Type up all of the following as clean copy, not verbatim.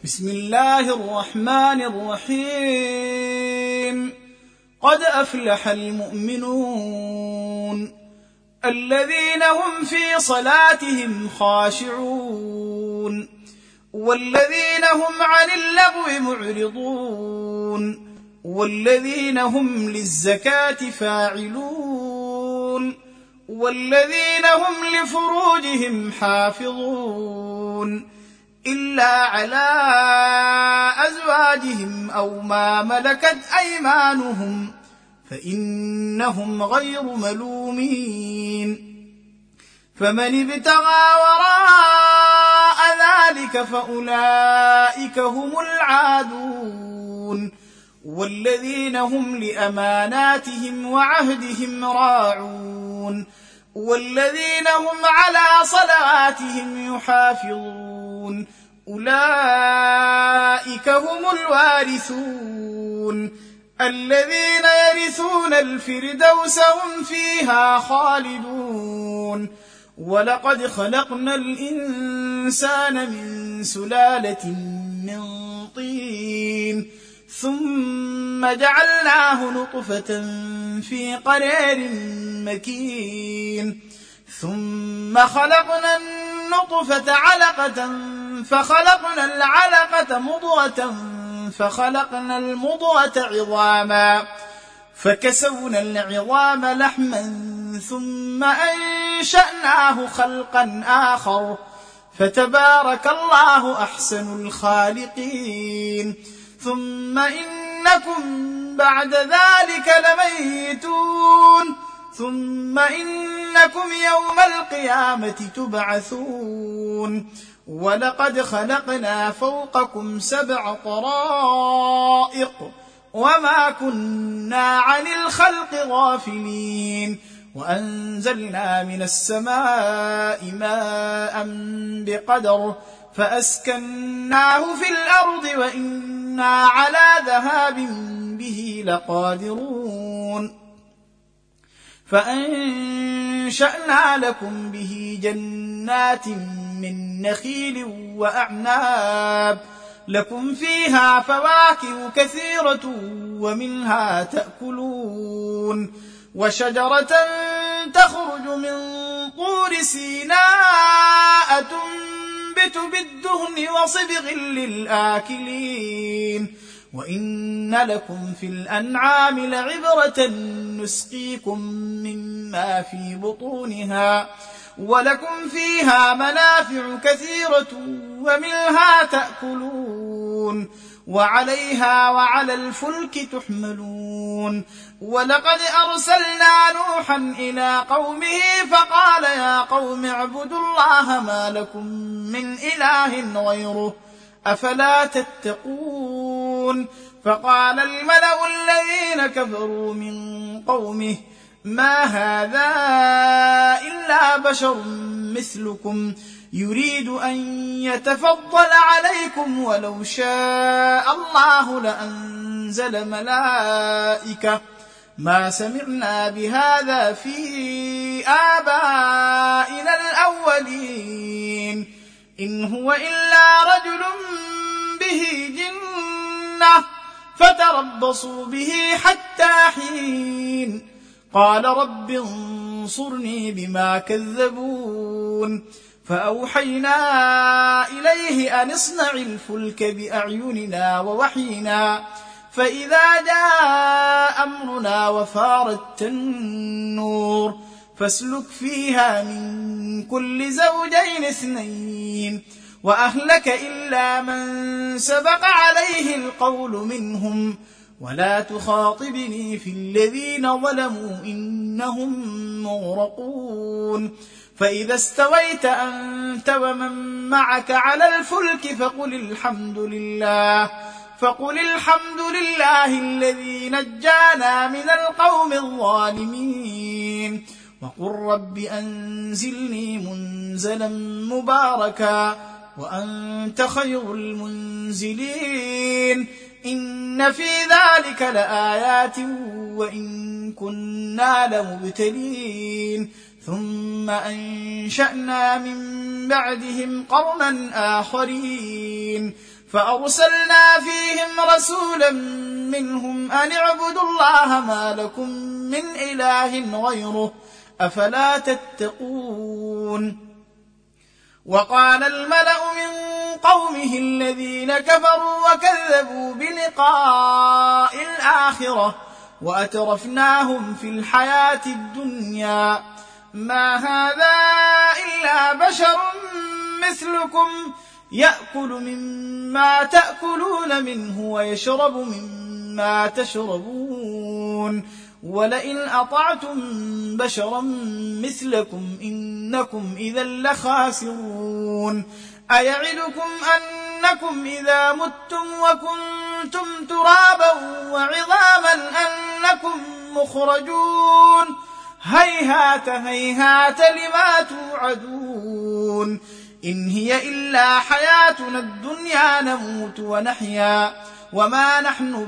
بسم الله الرحمن الرحيم. قد أفلح المؤمنون الذين هم في صلاتهم خاشعون والذين هم عن اللغو معرضون والذين هم للزكاة فاعلون والذين هم لفروجهم حافظون إلا على أزواجهم أو ما ملكت أيمانهم فإنهم غير ملومين. فمن ابتغى وراء ذلك فأولئك هم العادون والذين هم لأماناتهم وعهدهم راعون والذين هم على صلواتهم يحافظون أولئك هم الوارثون الذين يرثون الفردوس هم فيها خالدون. ولقد خلقنا الإنسان من سلالة من طين ثم جعلناه نطفة في قرار مكين ثم خلقنا النطفة علقة فخلقنا العلقة مضغة فخلقنا المضغة عظاما فكسونا العظام لحما ثم أنشأناه خلقا آخر فتبارك الله أحسن الخالقين. ثم إنكم بعد ذلك لميتون ثم إنكم يوم القيامة تبعثون. ولقد خلقنا فوقكم 7 طرائق وما كنا عن الخلق غافلين وأنزلنا من السماء ماء بقدر فأسكناه في الأرض وإنا على ذهاب به لقادرون. فأنشأنا لكم به جنات من نخيل وأعناب لكم فيها فواكه كثيرة ومنها تأكلون وشجرة تخرج من طور سيناء تنبت بالدهن وصبغ للآكلين. وإن لكم في الأنعام لعبرة نسقيكم مما في بطونها ولكم فيها منافع كثيرة ومنها تأكلون وعليها وعلى الفلك تحملون. ولقد أرسلنا نوحا إلى قومه فقال يا قوم اعبدوا الله ما لكم من إله غيره أفلا تتقون. فقال الملأ الذين كفروا من قومه ما هذا إلا بشر مثلكم يريد أن يتفضل عليكم ولو شاء الله لأنزل ملائكة ما سمعنا بهذا في آبائنا الأولين إن هو إلا رجل به جنة فتربصوا به حتى حين. قال رب انصرني بما كذبون. فأوحينا إليه أن اصنع الفلك بأعيننا ووحينا فإذا جاء أمرنا وفارت النور فاسلك فيها من كل زوجين 2 وأهلك إلا من سبق عليه القول منهم ولا تخاطبني في الذين ظلموا إنهم مغرقون. فإذا استويت أنت ومن معك على الفلك فقل الحمد لله الذي نجانا من القوم الظالمين وقل رب أنزلني منزلا مباركا وأنت خير المنزلين. إن في ذلك لآيات وإن كنا لمبتلين. ثم أنشأنا من بعدهم قرنا آخرين فأرسلنا فيهم رسولا منهم أن اعبدوا الله ما لكم من إله غيره أفلا تتقون. وقال الملأ من قومه الذين كفروا وكذبوا بلقاء الآخرة وأترفناهم في الحياة الدنيا ما هذا إلا بشر مثلكم يأكل مما تأكلون منه ويشرب مما تشربون ولئن أطعتم بشرا مثلكم إنكم إذا لخاسرون. أيعدكم أنكم إذا متم وكنتم ترابا وعظاما أنكم مخرجون هيهات هيهات لما توعدون إن هي إلا حياتنا الدنيا نموت ونحيا وما نحن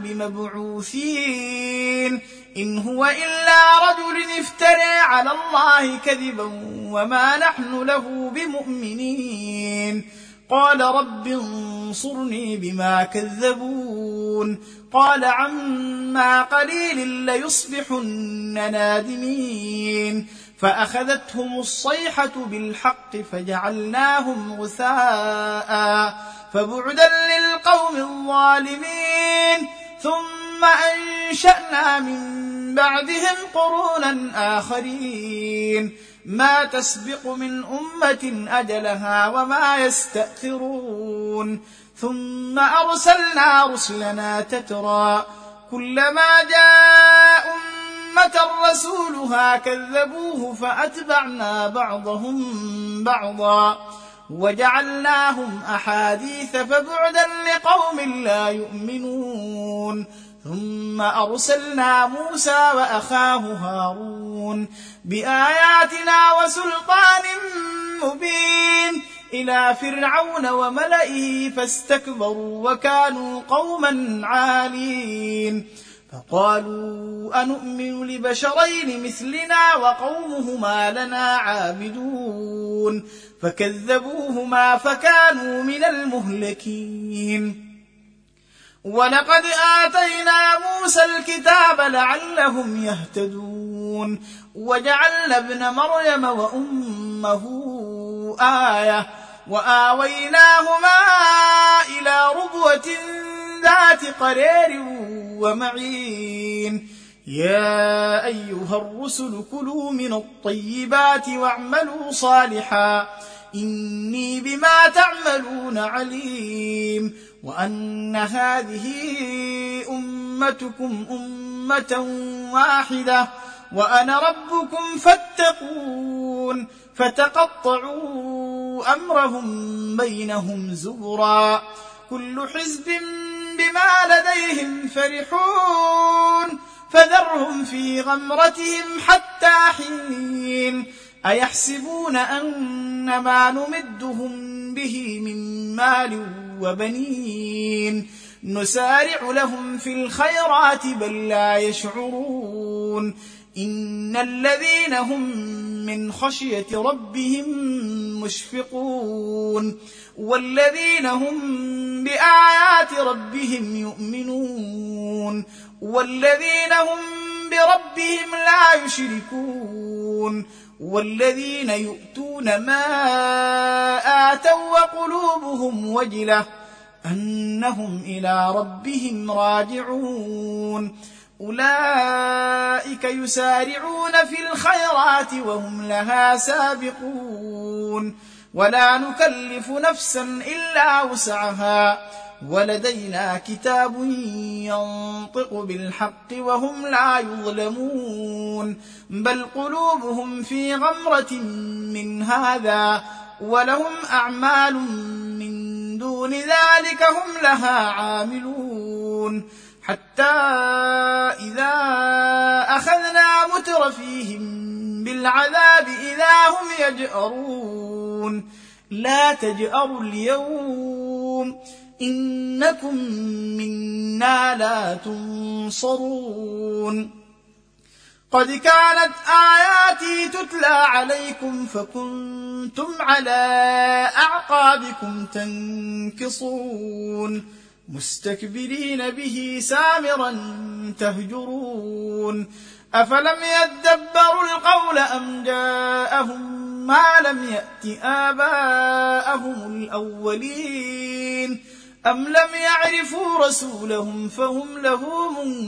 بمبعوثين إن هو إلا رجل افترى على الله كذبا وما نحن له بمؤمنين. قال رب انصرني بما كذبون قال عما قليل ليصبحن نادمين فأخذتهم الصيحة بالحق فجعلناهم غثاء فبعدا للقوم الظالمين. ثم أنشأنا من بعدهم قرونا آخرين ما تسبق من أمة أجلها وما يستأخرون ثم أرسلنا رسلنا تترى كلما جاء أمة رسولها كذبوه فأتبعنا بعضهم بعضا وجعلناهم أحاديث فبعدا لقوم لا يؤمنون. ثم أرسلنا موسى وأخاه هارون بآياتنا وسلطان مبين إلى فرعون وملئه فاستكبروا وكانوا قوما عالين فقالوا أنؤمن لبشرين مثلنا وقومهما لنا عابدون فكذبوهما فكانوا من المهلكين. ولقد آتينا موسى الكتاب لعلهم يهتدون وجعلنا ابن مريم وأمه آية وآويناهما إلى ربوة ذات قرار ومعين. يا أيها الرسل كلوا من الطيبات واعملوا صالحا إني بما تعملون عليم وأن هذه أمتكم أمة واحدة وأنا ربكم فاتقون فتقطعوا أمرهم بينهم زبرا كل حزب بما لديهم فرحون فذرهم في غمرتهم حتى حين. أيحسبون أن ما نمدهم به من مال وبنين نسارع لهم في الخيرات بل لا يشعرون إن الذين هم من خشية ربهم مشفقون والذين هم بآيات ربهم يؤمنون والذين هم بربهم لا يشركون والذين يؤتون ما آتوا وقلوبهم وجلة أنهم إلى ربهم راجعون أولئك يسارعون في الخيرات وهم لها سابقون ولا نكلف نفسا إلا وسعها ولدينا كتاب ينطق بالحق وهم لا يظلمون بل قلوبهم في غمرة من هذا ولهم أعمال من دون ذلك هم لها عاملون حتى إذا أخذنا مترفيهم بالعذاب إذا هم يجأرون لا تجأروا اليوم إنكم منا لا تنصرون قد كانت آياتي تتلى عليكم فكنتم على أعقابكم تنكصون مستكبرين به سامرا تهجرون أفلم يدبروا القول أم جاءهم ما لم يأت آباءهم الأولين أم لم يعرفوا رسولهم فهم له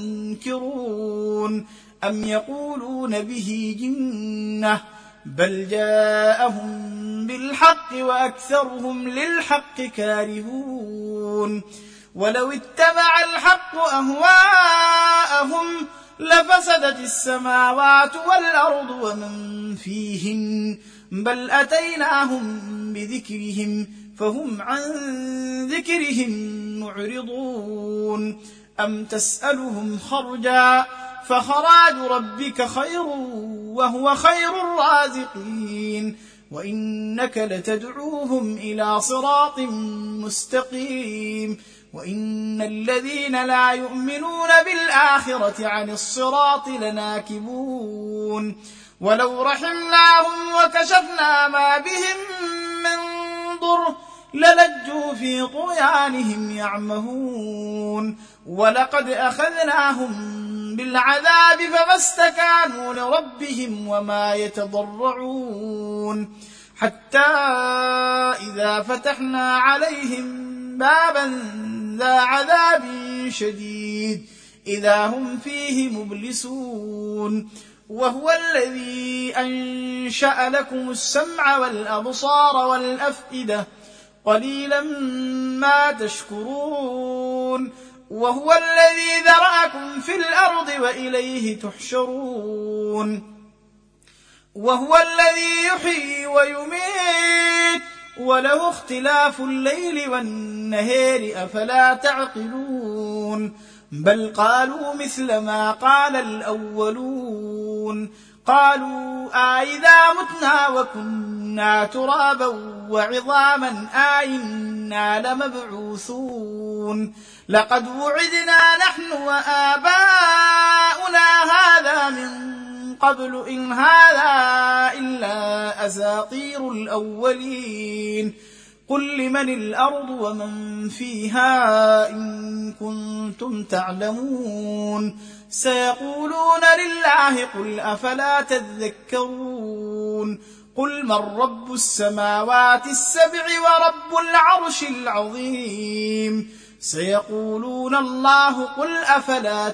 منكرون أم يقولون به جنة بل جاءهم بالحق وأكثرهم للحق كارهون ولو اتبع الحق أهواءهم لفسدت السماوات والأرض ومن فيهن بل أتيناهم بذكرهم فهم عن ذكرهم معرضون أم تسألهم خرجا فخراج ربك خير وهو خير الرازقين وإنك لتدعوهم إلى صراط مستقيم وإن الذين لا يؤمنون بالآخرة عن الصراط لناكبون ولو رحمناهم وكشفنا ما بهم من ضر للجوا في طغيانهم يعمهون ولقد أخذناهم بالعذاب فما استكانوا لربهم وما يتضرعون حتى إذا فتحنا عليهم بابا ذا عذاب شديد إذا هم فيه مبلسون وهو الذي أنشأ لكم السمع والأبصار والأفئدة قليلا ما تشكرون وهو الذي ذرأكم في الأرض وإليه تحشرون وهو الذي يحيي ويميت وله اختلاف الليل والنهار أفلا تعقلون بل قالوا مثل ما قال الأولون قالوا أإذا متنا وكنا ترابا وعظاما أإنا لمبعوثون لقد وعدنا نحن وآباؤنا هذا من قبل إن هذا إلا أساطير الأولين قل لمن الأرض ومن فيها إن كنتم تعلمون سيقولون لله قل أفلا تذكرون قل من رب السماوات السبع ورب العرش العظيم سيقولون الله قل أفلا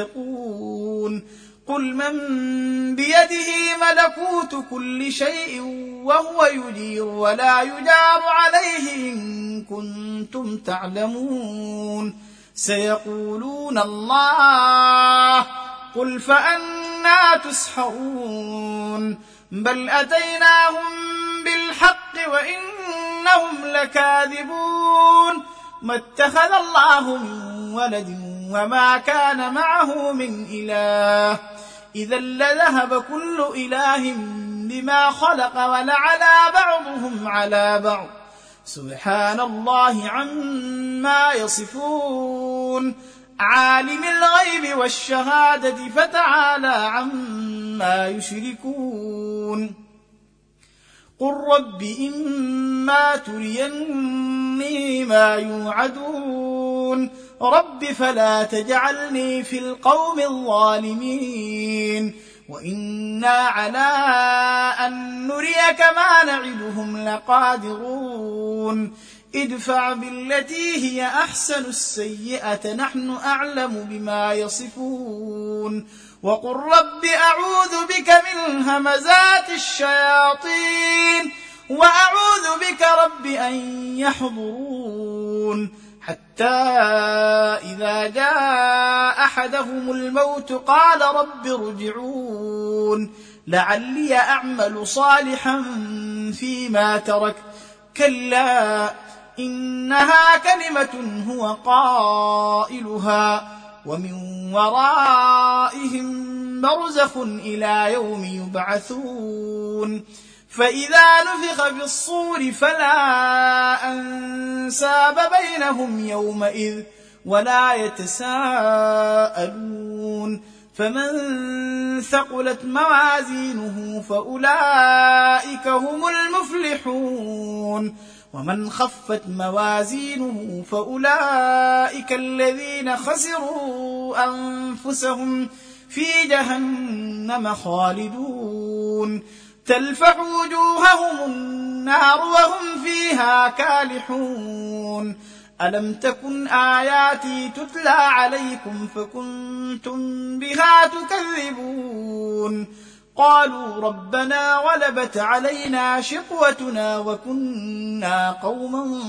تتقون قل من بيده ملكوت كل شيء وهو يجير ولا يجار عليه إن كنتم تعلمون سيقولون الله قل فأنى تسحرون بل أتيناهم بالحق وإنهم لكاذبون ما اتخذ الله من ولد وما كان معه من إله إذا لذهب كل إله بما خلق ولعلى بعضهم على بعض سبحان الله عما يصفون عالم الغيب والشهادة فتعالى عما يشركون قل رب إما تريني ما يوعدون رب فلا تجعلني في القوم الظالمين وإنا على أن نريك ما نعدهم لقادرون ادفع بالتي هي أحسن السيئة نحن أعلم بما يصفون وقل رب أعوذ بك من همزات الشياطين وأعوذ بك رب أن يحضرون حتى إذا جاء أحدهم الموت قال رب ارجعون لعلي أعمل صالحا فيما ترك كلا إنها كلمة هو قائلها ومن ورائهم برزخ إلى يوم يبعثون فإذا نفخ في الصور فلا أنساب بينهم يومئذ ولا يتساءلون فمن ثقلت موازينه فأولئك هم المفلحون ومن خفت موازينه فأولئك الذين خسروا أنفسهم في جهنم خالدون تلفح وجوههم النار وهم فيها كالحون ألم تكن آياتي تتلى عليكم فكنتم بها تكذبون قالوا ربنا غلبت علينا شقوتنا وكنا قوما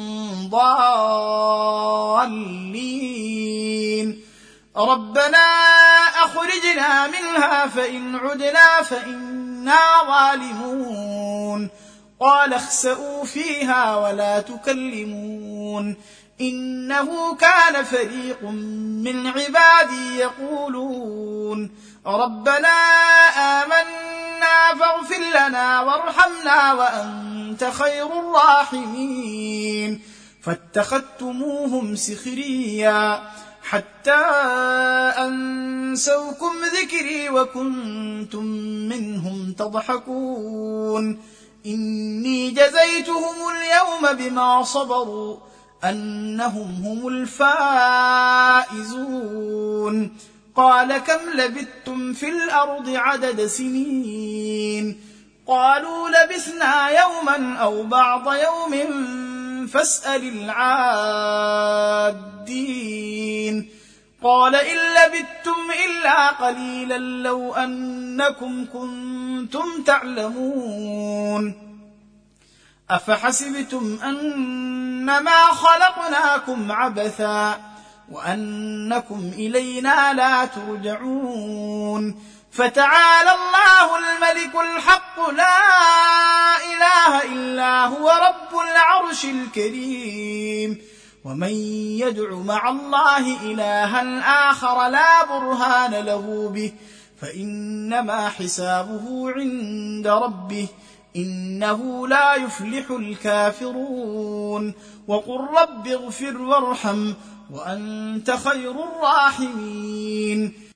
ضالين ربنا أخرجنا منها فإن عدنا فإنا ظالمون قال اخسئوا فيها ولا تكلمون إنه كان فريق من عبادي يقولون ربنا آمنا فاغفر لنا وارحمنا وأنت خير الراحمين فاتخذتموهم سخريا حتى أنسوكم ذكري وكنتم منهم تضحكون إني جزيتهم اليوم بما صبروا أنهم هم الفائزون قال كم لبثتم في الأرض عدد سنين قالوا لبثنا يوما أو بعض يوم فاسأل العادين قال إن لبثتم إلا قليلا لو أنكم كنتم تعلمون أفحسبتم أنما خلقناكم عبثا وأنكم إلينا لا ترجعون فتعالى الله الملك الحق لا إله إلا هو رب العرش الكريم ومن يدع مع الله إلها آخر لا برهان له به فإنما حسابه عند ربه إنه لا يفلح الكافرون وقل رب اغفر وارحم وأنت خير الراحمين